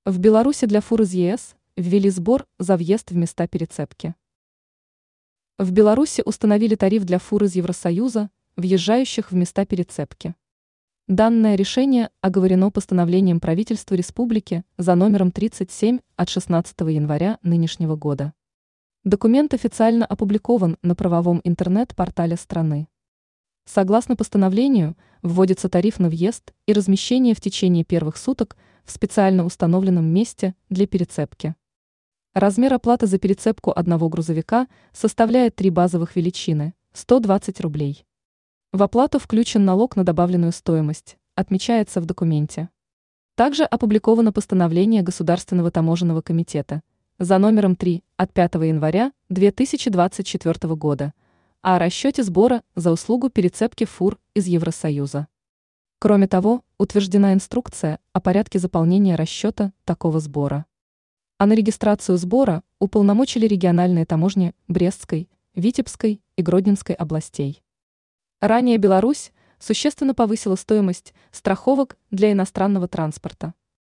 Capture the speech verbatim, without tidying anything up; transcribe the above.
В Беларуси для фур из ЕС ввели сбор за въезд в места перецепки. В Беларуси установили тариф для фур из Евросоюза, въезжающих в места перецепки. Данное решение оговорено постановлением правительства республики за номером тридцать семь от шестнадцатого января нынешнего года. Документ официально опубликован на правовом интернет-портале страны. Согласно постановлению, вводится тариф на въезд и размещение в течение первых суток в специально установленном месте для перецепки. Размер оплаты за перецепку одного грузовика составляет три базовых величины – сто двадцать рублей. В оплату включен налог на добавленную стоимость, отмечается в документе. Также опубликовано постановление Государственного таможенного комитета за номером три от пятого января две тысячи двадцать четвёртого года о расчете сбора за услугу перецепки фур из Евросоюза. Кроме того, утверждена инструкция о порядке заполнения расчета такого сбора. А на регистрацию сбора уполномочили региональные таможни Брестской, Витебской и Гродненской областей. Ранее Беларусь существенно повысила стоимость страховок для иностранного транспорта.